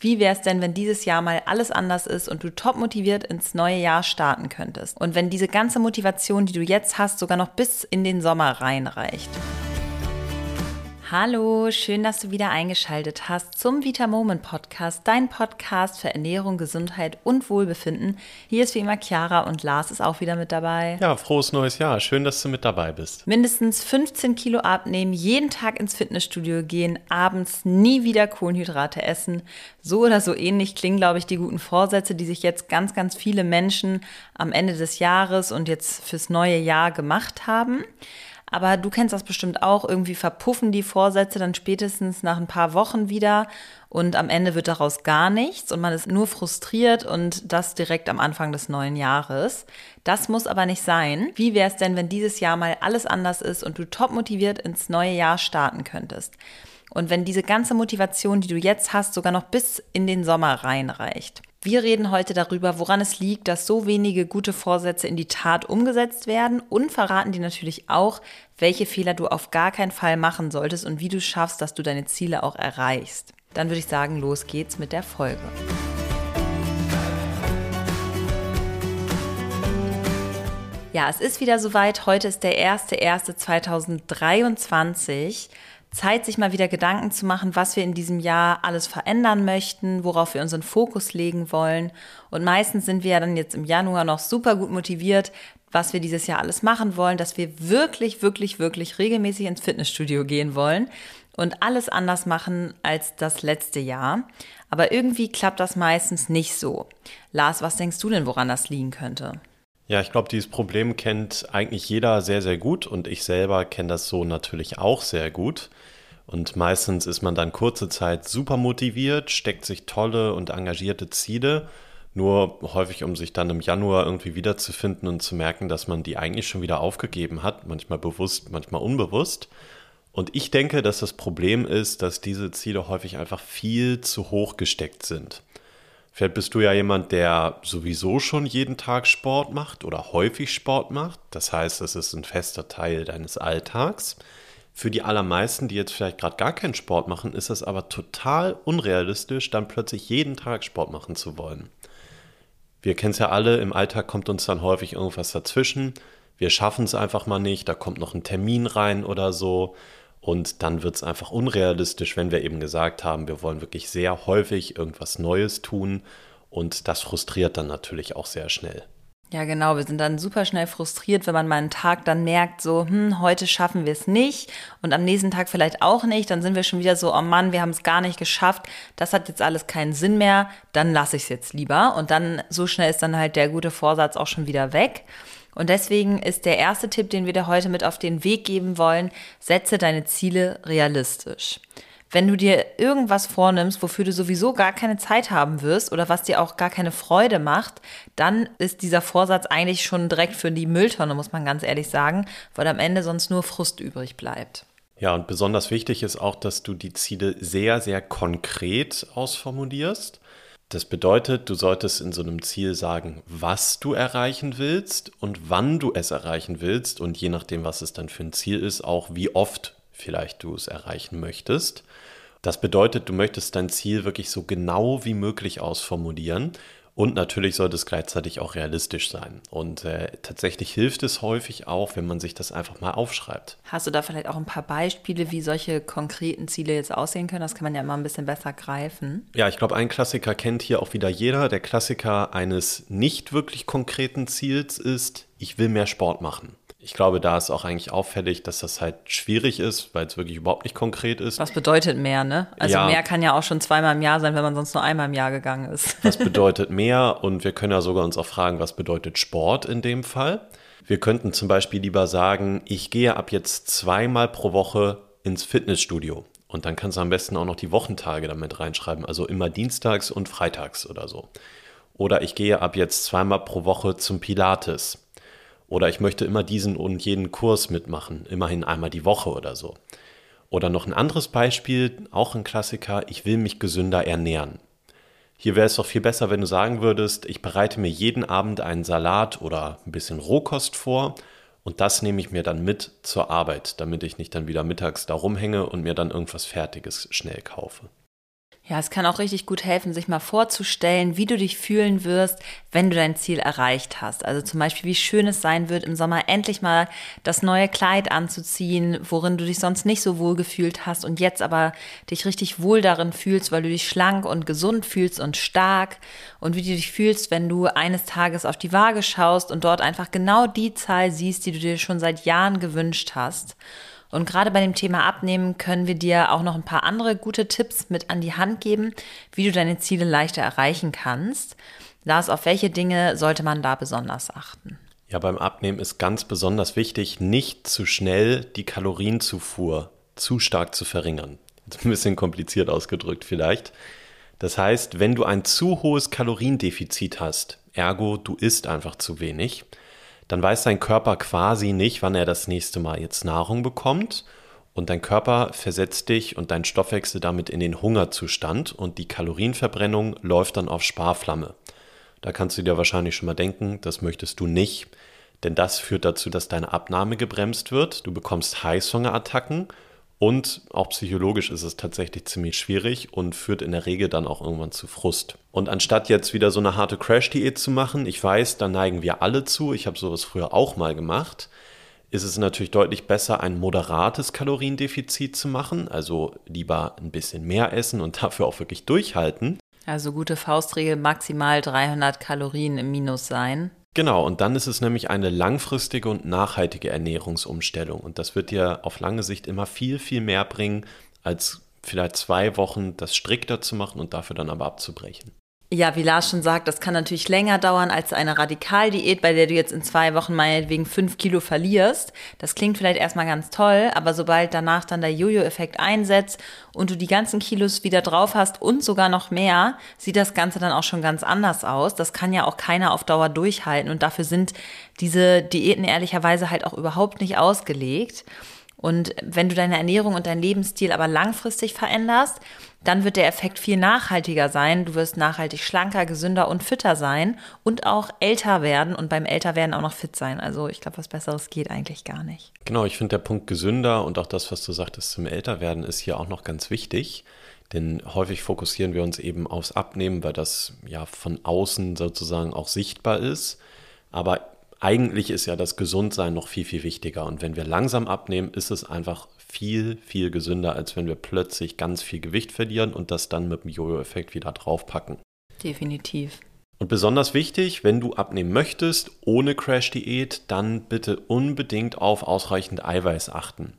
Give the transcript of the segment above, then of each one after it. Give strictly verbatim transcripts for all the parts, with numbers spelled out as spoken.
Wie wäre es denn, wenn dieses Jahr mal alles anders ist und du top motiviert ins neue Jahr starten könntest? Und wenn diese ganze Motivation, die du jetzt hast, sogar noch bis in den Sommer reinreicht? Hallo, schön, dass du wieder eingeschaltet hast zum Vita Moment Podcast, dein Podcast für Ernährung, Gesundheit und Wohlbefinden. Hier ist wie immer Chiara und Lars ist auch wieder mit dabei. Ja, frohes neues Jahr. Schön, dass du mit dabei bist. Mindestens fünfzehn Kilo abnehmen, jeden Tag ins Fitnessstudio gehen, abends nie wieder Kohlenhydrate essen. So oder so ähnlich klingen, glaube ich, die guten Vorsätze, die sich jetzt ganz, ganz viele Menschen am Ende des Jahres und jetzt fürs neue Jahr gemacht haben. Aber du kennst das bestimmt auch, irgendwie verpuffen die Vorsätze dann spätestens nach ein paar Wochen wieder und am Ende wird daraus gar nichts und man ist nur frustriert und das direkt am Anfang des neuen Jahres. Das muss aber nicht sein. Wie wäre es denn, wenn dieses Jahr mal alles anders ist und du top motiviert ins neue Jahr starten könntest? Und wenn diese ganze Motivation, die du jetzt hast, sogar noch bis in den Sommer reinreicht. Wir reden heute darüber, woran es liegt, dass so wenige gute Vorsätze in die Tat umgesetzt werden und verraten dir natürlich auch, welche Fehler du auf gar keinen Fall machen solltest und wie du schaffst, dass du deine Ziele auch erreichst. Dann würde ich sagen, los geht's mit der Folge. Ja, es ist wieder soweit. Heute ist der erste erste zweitausenddreiundzwanzig. Zeit, sich mal wieder Gedanken zu machen, was wir in diesem Jahr alles verändern möchten, worauf wir unseren Fokus legen wollen. Und meistens sind wir ja dann jetzt im Januar noch super gut motiviert, was wir dieses Jahr alles machen wollen, dass wir wirklich, wirklich, wirklich regelmäßig ins Fitnessstudio gehen wollen und alles anders machen als das letzte Jahr. Aber irgendwie klappt das meistens nicht so. Lars, was denkst du denn, woran das liegen könnte? Ja, ich glaube, dieses Problem kennt eigentlich jeder sehr, sehr gut und ich selber kenne das so natürlich auch sehr gut. Und meistens ist man dann kurze Zeit super motiviert, steckt sich tolle und engagierte Ziele, nur häufig, um sich dann im Januar irgendwie wiederzufinden und zu merken, dass man die eigentlich schon wieder aufgegeben hat, manchmal bewusst, manchmal unbewusst. Und ich denke, dass das Problem ist, dass diese Ziele häufig einfach viel zu hoch gesteckt sind. Vielleicht bist du ja jemand, der sowieso schon jeden Tag Sport macht oder häufig Sport macht. Das heißt, es ist ein fester Teil deines Alltags. Für die allermeisten, die jetzt vielleicht gerade gar keinen Sport machen, ist es aber total unrealistisch, dann plötzlich jeden Tag Sport machen zu wollen. Wir kennen es ja alle, im Alltag kommt uns dann häufig irgendwas dazwischen. Wir schaffen es einfach mal nicht, da kommt noch ein Termin rein oder so. Und dann wird es einfach unrealistisch, wenn wir eben gesagt haben, wir wollen wirklich sehr häufig irgendwas Neues tun. Und das frustriert dann natürlich auch sehr schnell. Ja, genau. Wir sind dann super schnell frustriert, wenn man mal einen Tag dann merkt, so, hm, heute schaffen wir es nicht und am nächsten Tag vielleicht auch nicht. Dann sind wir schon wieder so, oh Mann, wir haben es gar nicht geschafft. Das hat jetzt alles keinen Sinn mehr. Dann lasse ich es jetzt lieber. Und dann so schnell ist dann halt der gute Vorsatz auch schon wieder weg. Und deswegen ist der erste Tipp, den wir dir heute mit auf den Weg geben wollen, setze deine Ziele realistisch. Wenn du dir irgendwas vornimmst, wofür du sowieso gar keine Zeit haben wirst oder was dir auch gar keine Freude macht, dann ist dieser Vorsatz eigentlich schon direkt für die Mülltonne, muss man ganz ehrlich sagen, weil am Ende sonst nur Frust übrig bleibt. Ja, und besonders wichtig ist auch, dass du die Ziele sehr, sehr konkret ausformulierst. Das bedeutet, du solltest in so einem Ziel sagen, was du erreichen willst und wann du es erreichen willst und je nachdem, was es dann für ein Ziel ist, auch wie oft vielleicht du es erreichen möchtest. Das bedeutet, du möchtest dein Ziel wirklich so genau wie möglich ausformulieren und natürlich sollte es gleichzeitig auch realistisch sein. Und äh, tatsächlich hilft es häufig auch, wenn man sich das einfach mal aufschreibt. Hast du da vielleicht auch ein paar Beispiele, wie solche konkreten Ziele jetzt aussehen können? Das kann man ja immer ein bisschen besser greifen. Ja, ich glaube, ein Klassiker kennt hier auch wieder jeder. Der Klassiker eines nicht wirklich konkreten Ziels ist, ich will mehr Sport machen. Ich glaube, da ist auch eigentlich auffällig, dass das halt schwierig ist, weil es wirklich überhaupt nicht konkret ist. Was bedeutet mehr, ne? Also ja, mehr kann ja auch schon zweimal im Jahr sein, wenn man sonst nur einmal im Jahr gegangen ist. Was bedeutet mehr? Und wir können ja sogar uns auch fragen, was bedeutet Sport in dem Fall? Wir könnten zum Beispiel lieber sagen, ich gehe ab jetzt zweimal pro Woche ins Fitnessstudio. Und dann kannst du am besten auch noch die Wochentage damit reinschreiben, also immer dienstags und freitags oder so. Oder ich gehe ab jetzt zweimal pro Woche zum Pilates. Oder ich möchte immer diesen und jeden Kurs mitmachen, immerhin einmal die Woche oder so. Oder noch ein anderes Beispiel, auch ein Klassiker, ich will mich gesünder ernähren. Hier wäre es doch viel besser, wenn du sagen würdest, ich bereite mir jeden Abend einen Salat oder ein bisschen Rohkost vor und das nehme ich mir dann mit zur Arbeit, damit ich nicht dann wieder mittags da rumhänge und mir dann irgendwas Fertiges schnell kaufe. Ja, es kann auch richtig gut helfen, sich mal vorzustellen, wie du dich fühlen wirst, wenn du dein Ziel erreicht hast. Also zum Beispiel, wie schön es sein wird, im Sommer endlich mal das neue Kleid anzuziehen, worin du dich sonst nicht so wohl gefühlt hast und jetzt aber dich richtig wohl darin fühlst, weil du dich schlank und gesund fühlst und stark. Und wie du dich fühlst, wenn du eines Tages auf die Waage schaust und dort einfach genau die Zahl siehst, die du dir schon seit Jahren gewünscht hast. Und gerade bei dem Thema Abnehmen können wir dir auch noch ein paar andere gute Tipps mit an die Hand geben, wie du deine Ziele leichter erreichen kannst. Lars, auf welche Dinge sollte man da besonders achten? Ja, beim Abnehmen ist ganz besonders wichtig, nicht zu schnell die Kalorienzufuhr zu stark zu verringern. Ein bisschen kompliziert ausgedrückt vielleicht. Das heißt, wenn du ein zu hohes Kaloriendefizit hast, ergo du isst einfach zu wenig, dann weiß dein Körper quasi nicht, wann er das nächste Mal jetzt Nahrung bekommt und dein Körper versetzt dich und dein Stoffwechsel damit in den Hungerzustand und die Kalorienverbrennung läuft dann auf Sparflamme. Da kannst du dir wahrscheinlich schon mal denken, das möchtest du nicht, denn das führt dazu, dass deine Abnahme gebremst wird, du bekommst Heißhungerattacken und auch psychologisch ist es tatsächlich ziemlich schwierig und führt in der Regel dann auch irgendwann zu Frust. Und anstatt jetzt wieder so eine harte Crash-Diät zu machen, ich weiß, da neigen wir alle zu, ich habe sowas früher auch mal gemacht, ist es natürlich deutlich besser, ein moderates Kaloriendefizit zu machen, also lieber ein bisschen mehr essen und dafür auch wirklich durchhalten. Also gute Faustregel, maximal dreihundert Kalorien im Minus sein. Genau, und dann ist es nämlich eine langfristige und nachhaltige Ernährungsumstellung. Und das wird dir auf lange Sicht immer viel, viel mehr bringen, als vielleicht zwei Wochen das strikter zu machen und dafür dann aber abzubrechen. Ja, wie Lars schon sagt, das kann natürlich länger dauern als eine Radikaldiät, bei der du jetzt in zwei Wochen meinetwegen fünf Kilo verlierst. Das klingt vielleicht erstmal ganz toll, aber sobald danach dann der Jojo-Effekt einsetzt und du die ganzen Kilos wieder drauf hast und sogar noch mehr, sieht das Ganze dann auch schon ganz anders aus. Das kann ja auch keiner auf Dauer durchhalten und dafür sind diese Diäten ehrlicherweise halt auch überhaupt nicht ausgelegt. Und wenn du deine Ernährung und deinen Lebensstil aber langfristig veränderst, dann wird der Effekt viel nachhaltiger sein. Du wirst nachhaltig schlanker, gesünder und fitter sein und auch älter werden und beim Älterwerden auch noch fit sein. Also ich glaube, was Besseres geht eigentlich gar nicht. Genau, ich finde der Punkt gesünder und auch das, was du sagtest zum Älterwerden, ist hier auch noch ganz wichtig. Denn häufig fokussieren wir uns eben aufs Abnehmen, weil das ja von außen sozusagen auch sichtbar ist. Aber eigentlich ist ja das Gesundsein noch viel, viel wichtiger. Und wenn wir langsam abnehmen, ist es einfach viel, viel gesünder, als wenn wir plötzlich ganz viel Gewicht verlieren und das dann mit dem Jojo-Effekt wieder draufpacken. Definitiv. Und besonders wichtig, wenn du abnehmen möchtest, ohne Crash-Diät, dann bitte unbedingt auf ausreichend Eiweiß achten.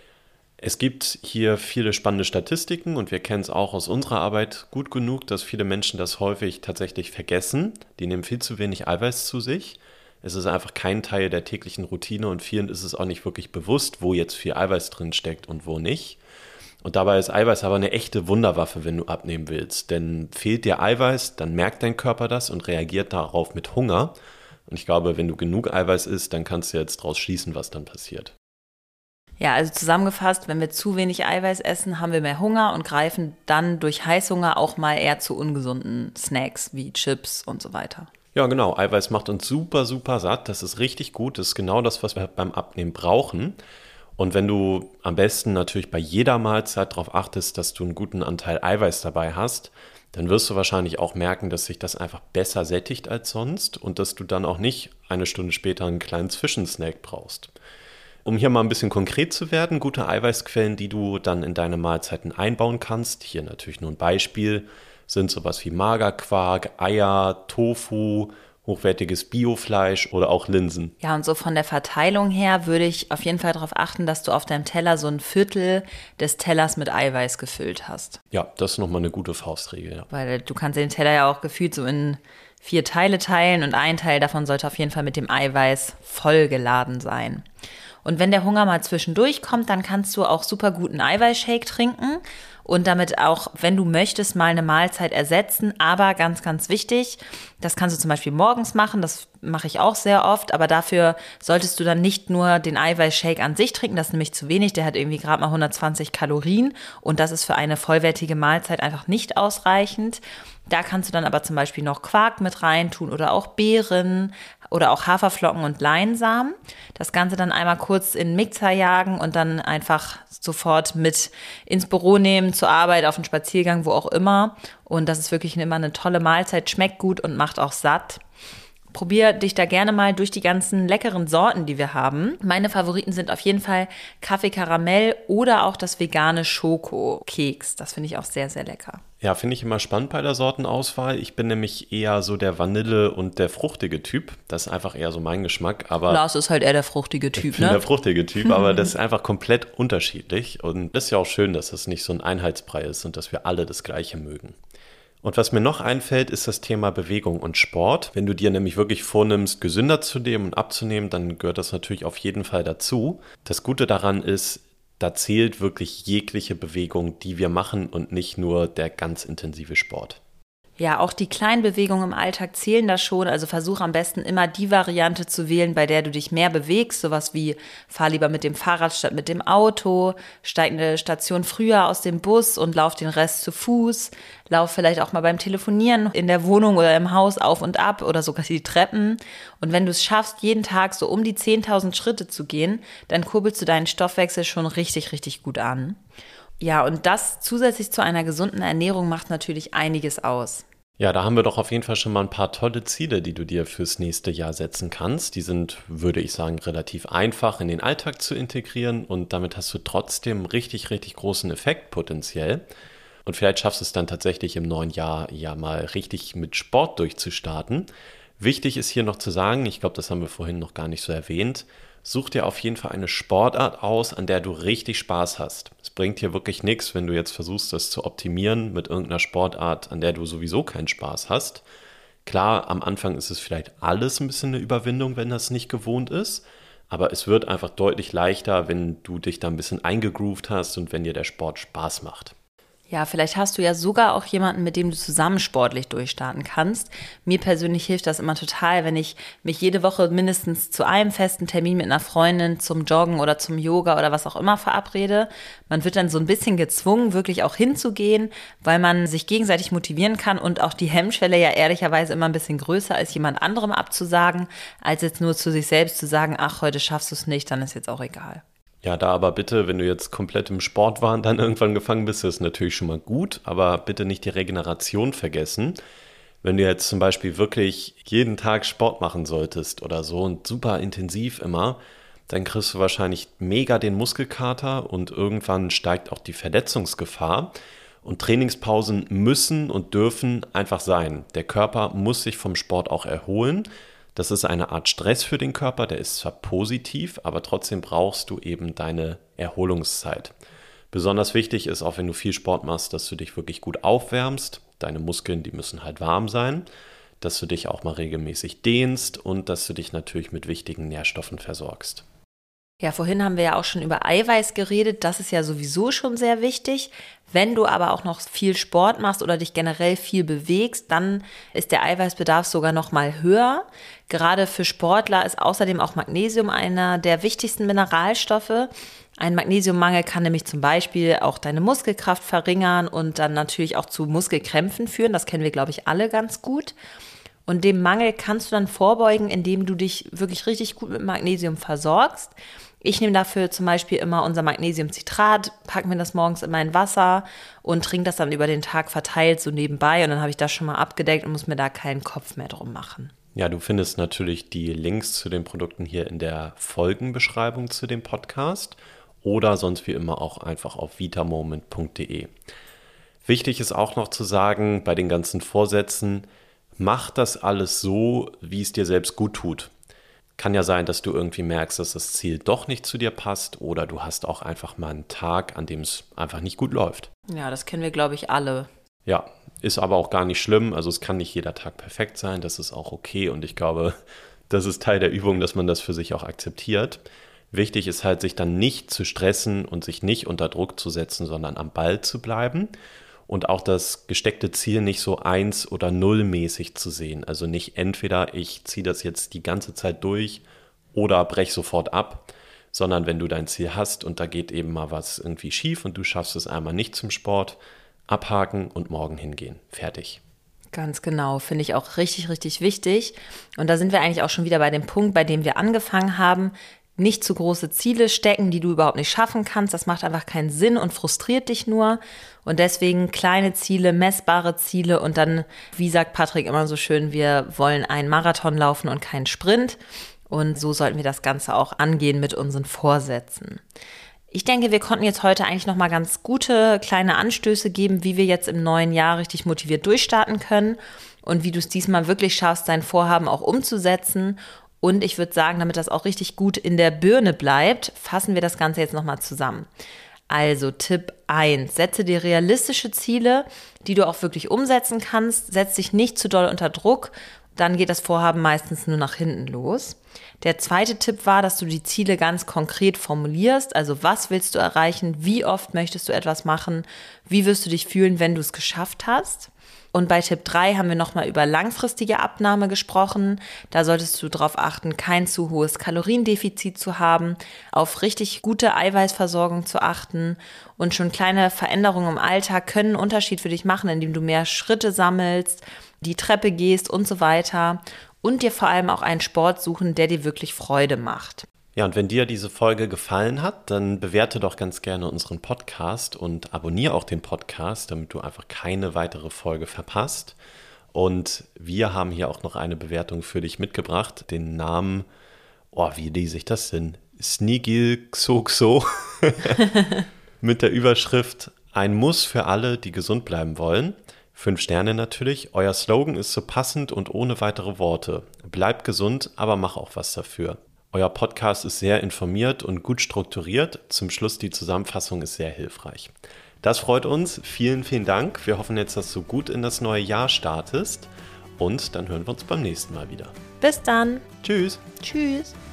Es gibt hier viele spannende Statistiken und wir kennen es auch aus unserer Arbeit gut genug, dass viele Menschen das häufig tatsächlich vergessen. Die nehmen viel zu wenig Eiweiß zu sich. Es ist einfach kein Teil der täglichen Routine und vielen ist es auch nicht wirklich bewusst, wo jetzt viel Eiweiß drin steckt und wo nicht. Und dabei ist Eiweiß aber eine echte Wunderwaffe, wenn du abnehmen willst. Denn fehlt dir Eiweiß, dann merkt dein Körper das und reagiert darauf mit Hunger. Und ich glaube, wenn du genug Eiweiß isst, dann kannst du jetzt draus schließen, was dann passiert. Ja, also zusammengefasst, wenn wir zu wenig Eiweiß essen, haben wir mehr Hunger und greifen dann durch Heißhunger auch mal eher zu ungesunden Snacks wie Chips und so weiter. Ja, genau. Eiweiß macht uns super, super satt. Das ist richtig gut. Das ist genau das, was wir beim Abnehmen brauchen. Und wenn du am besten natürlich bei jeder Mahlzeit darauf achtest, dass du einen guten Anteil Eiweiß dabei hast, dann wirst du wahrscheinlich auch merken, dass sich das einfach besser sättigt als sonst und dass du dann auch nicht eine Stunde später einen kleinen Zwischensnack brauchst. Um hier mal ein bisschen konkret zu werden, gute Eiweißquellen, die du dann in deine Mahlzeiten einbauen kannst, hier natürlich nur ein Beispiel, sind sowas wie Magerquark, Eier, Tofu, hochwertiges Biofleisch oder auch Linsen. Ja, und so von der Verteilung her würde ich auf jeden Fall darauf achten, dass du auf deinem Teller so ein Viertel des Tellers mit Eiweiß gefüllt hast. Ja, das ist nochmal eine gute Faustregel, ja. Weil du kannst den Teller ja auch gefühlt so in vier Teile teilen und ein Teil davon sollte auf jeden Fall mit dem Eiweiß vollgeladen sein. Und wenn der Hunger mal zwischendurch kommt, dann kannst du auch super guten Eiweißshake trinken und damit auch, wenn du möchtest, mal eine Mahlzeit ersetzen. Aber ganz, ganz wichtig, das kannst du zum Beispiel morgens machen, das mache ich auch sehr oft, aber dafür solltest du dann nicht nur den Eiweißshake an sich trinken, das ist nämlich zu wenig, der hat irgendwie gerade mal hundertzwanzig Kalorien und das ist für eine vollwertige Mahlzeit einfach nicht ausreichend. Da kannst du dann aber zum Beispiel noch Quark mit reintun oder auch Beeren oder auch Haferflocken und Leinsamen. Das Ganze dann einmal kurz in den Mixer jagen und dann einfach sofort mit ins Büro nehmen, zur Arbeit, auf den Spaziergang, wo auch immer. Und das ist wirklich immer eine tolle Mahlzeit, schmeckt gut und macht auch satt. Probier dich da gerne mal durch die ganzen leckeren Sorten, die wir haben. Meine Favoriten sind auf jeden Fall Kaffee Karamell oder auch das vegane Schokokeks. Das finde ich auch sehr, sehr lecker. Ja, finde ich immer spannend bei der Sortenauswahl. Ich bin nämlich eher so der Vanille- und der fruchtige Typ. Das ist einfach eher so mein Geschmack. Aber Lars ist halt eher der fruchtige Typ, ich bin ne? der fruchtige Typ, aber das ist einfach komplett unterschiedlich. Und das ist ja auch schön, dass das nicht so ein Einheitsbrei ist und dass wir alle das Gleiche mögen. Und was mir noch einfällt, ist das Thema Bewegung und Sport. Wenn du dir nämlich wirklich vornimmst, gesünder zu leben und abzunehmen, dann gehört das natürlich auf jeden Fall dazu. Das Gute daran ist, da zählt wirklich jegliche Bewegung, die wir machen und nicht nur der ganz intensive Sport. Ja, auch die kleinen Bewegungen im Alltag zählen da schon. Also versuch am besten immer die Variante zu wählen, bei der du dich mehr bewegst. Sowas wie fahr lieber mit dem Fahrrad statt mit dem Auto, steig eine Station früher aus dem Bus und lauf den Rest zu Fuß. Lauf vielleicht auch mal beim Telefonieren in der Wohnung oder im Haus auf und ab oder sogar die Treppen. Und wenn du es schaffst, jeden Tag so um die zehntausend Schritte zu gehen, dann kurbelst du deinen Stoffwechsel schon richtig, richtig gut an. Ja, und das zusätzlich zu einer gesunden Ernährung macht natürlich einiges aus. Ja, da haben wir doch auf jeden Fall schon mal ein paar tolle Ziele, die du dir fürs nächste Jahr setzen kannst. Die sind, würde ich sagen, relativ einfach in den Alltag zu integrieren und damit hast du trotzdem richtig, richtig großen Effekt potenziell. Und vielleicht schaffst du es dann tatsächlich im neuen Jahr ja mal richtig mit Sport durchzustarten. Wichtig ist hier noch zu sagen, ich glaube, das haben wir vorhin noch gar nicht so erwähnt, such dir auf jeden Fall eine Sportart aus, an der du richtig Spaß hast. Es bringt dir wirklich nichts, wenn du jetzt versuchst, das zu optimieren mit irgendeiner Sportart, an der du sowieso keinen Spaß hast. Klar, am Anfang ist es vielleicht alles ein bisschen eine Überwindung, wenn das nicht gewohnt ist, aber es wird einfach deutlich leichter, wenn du dich da ein bisschen eingegroovt hast und wenn dir der Sport Spaß macht. Ja, vielleicht hast du ja sogar auch jemanden, mit dem du zusammen sportlich durchstarten kannst. Mir persönlich hilft das immer total, wenn ich mich jede Woche mindestens zu einem festen Termin mit einer Freundin zum Joggen oder zum Yoga oder was auch immer verabrede. Man wird dann so ein bisschen gezwungen, wirklich auch hinzugehen, weil man sich gegenseitig motivieren kann und auch die Hemmschwelle ja ehrlicherweise immer ein bisschen größer ist, jemand anderem abzusagen, als jetzt nur zu sich selbst zu sagen, ach, heute schaffst du es nicht, dann ist jetzt auch egal. Ja, da aber bitte, wenn du jetzt komplett im Sportwahn dann irgendwann gefangen bist, das ist natürlich schon mal gut, aber bitte nicht die Regeneration vergessen. Wenn du jetzt zum Beispiel wirklich jeden Tag Sport machen solltest oder so und super intensiv immer, dann kriegst du wahrscheinlich mega den Muskelkater und irgendwann steigt auch die Verletzungsgefahr. Und Trainingspausen müssen und dürfen einfach sein. Der Körper muss sich vom Sport auch erholen. Das ist eine Art Stress für den Körper, der ist zwar positiv, aber trotzdem brauchst du eben deine Erholungszeit. Besonders wichtig ist, auch wenn du viel Sport machst, dass du dich wirklich gut aufwärmst. Deine Muskeln, die müssen halt warm sein, dass du dich auch mal regelmäßig dehnst und dass du dich natürlich mit wichtigen Nährstoffen versorgst. Ja, vorhin haben wir ja auch schon über Eiweiß geredet. Das ist ja sowieso schon sehr wichtig. Wenn du aber auch noch viel Sport machst oder dich generell viel bewegst, dann ist der Eiweißbedarf sogar noch mal höher. Gerade für Sportler ist außerdem auch Magnesium einer der wichtigsten Mineralstoffe. Ein Magnesiummangel kann nämlich zum Beispiel auch deine Muskelkraft verringern und dann natürlich auch zu Muskelkrämpfen führen. Das kennen wir, glaube ich, alle ganz gut. Und dem Mangel kannst du dann vorbeugen, indem du dich wirklich richtig gut mit Magnesium versorgst. Ich nehme dafür zum Beispiel immer unser Magnesiumcitrat, packe mir das morgens in mein Wasser und trinke das dann über den Tag verteilt so nebenbei. Und dann habe ich das schon mal abgedeckt und muss mir da keinen Kopf mehr drum machen. Ja, du findest natürlich die Links zu den Produkten hier in der Folgenbeschreibung zu dem Podcast oder sonst wie immer auch einfach auf vitamoment punkt de. Wichtig ist auch noch zu sagen, bei den ganzen Vorsätzen, mach das alles so, wie es dir selbst gut tut. Kann ja sein, dass du irgendwie merkst, dass das Ziel doch nicht zu dir passt oder du hast auch einfach mal einen Tag, an dem es einfach nicht gut läuft. Ja, das kennen wir, glaube ich, alle. Ja, ist aber auch gar nicht schlimm. Also es kann nicht jeder Tag perfekt sein, das ist auch okay und ich glaube, das ist Teil der Übung, dass man das für sich auch akzeptiert. Wichtig ist halt, sich dann nicht zu stressen und sich nicht unter Druck zu setzen, sondern am Ball zu bleiben. Und auch das gesteckte Ziel nicht so eins- oder nullmäßig zu sehen. Also nicht entweder ich ziehe das jetzt die ganze Zeit durch oder brech sofort ab, sondern wenn du dein Ziel hast und da geht eben mal was irgendwie schief und du schaffst es einmal nicht zum Sport, abhaken und morgen hingehen. Fertig. Ganz genau, finde ich auch richtig, richtig wichtig. Und da sind wir eigentlich auch schon wieder bei dem Punkt, bei dem wir angefangen haben. Nicht zu große Ziele stecken, die du überhaupt nicht schaffen kannst. Das macht einfach keinen Sinn und frustriert dich nur. Und deswegen kleine Ziele, messbare Ziele und dann, wie sagt Patrick immer so schön, wir wollen einen Marathon laufen und keinen Sprint. Und so sollten wir das Ganze auch angehen mit unseren Vorsätzen. Ich denke, wir konnten jetzt heute eigentlich nochmal ganz gute kleine Anstöße geben, wie wir jetzt im neuen Jahr richtig motiviert durchstarten können und wie du es diesmal wirklich schaffst, dein Vorhaben auch umzusetzen. Und ich würde sagen, damit das auch richtig gut in der Birne bleibt, fassen wir das Ganze jetzt nochmal zusammen. Also Tipp eins, setze dir realistische Ziele, die du auch wirklich umsetzen kannst. Setz dich nicht zu doll unter Druck, dann geht das Vorhaben meistens nur nach hinten los. Der zweite Tipp war, dass du die Ziele ganz konkret formulierst. Also was willst du erreichen? Wie oft möchtest du etwas machen? Wie wirst du dich fühlen, wenn du es geschafft hast? Und bei Tipp drei haben wir nochmal über langfristige Abnahme gesprochen. Da solltest du darauf achten, kein zu hohes Kaloriendefizit zu haben, auf richtig gute Eiweißversorgung zu achten. Und schon kleine Veränderungen im Alltag können einen Unterschied für dich machen, indem du mehr Schritte sammelst, die Treppe gehst und so weiter. Und dir vor allem auch einen Sport suchen, der dir wirklich Freude macht. Ja, und wenn dir diese Folge gefallen hat, dann bewerte doch ganz gerne unseren Podcast und abonniere auch den Podcast, damit du einfach keine weitere Folge verpasst. Und wir haben hier auch noch eine Bewertung für dich mitgebracht, den Namen, oh, wie lese ich das denn? Snigil Xoxo mit der Überschrift Ein Muss für alle, die gesund bleiben wollen. Fünf Sterne natürlich. Euer Slogan ist so passend und ohne weitere Worte. Bleibt gesund, aber mach auch was dafür. Euer Podcast ist sehr informiert und gut strukturiert. Zum Schluss die Zusammenfassung ist sehr hilfreich. Das freut uns. Vielen, vielen Dank. Wir hoffen jetzt, dass du gut in das neue Jahr startest. Und dann hören wir uns beim nächsten Mal wieder. Bis dann. Tschüss. Tschüss.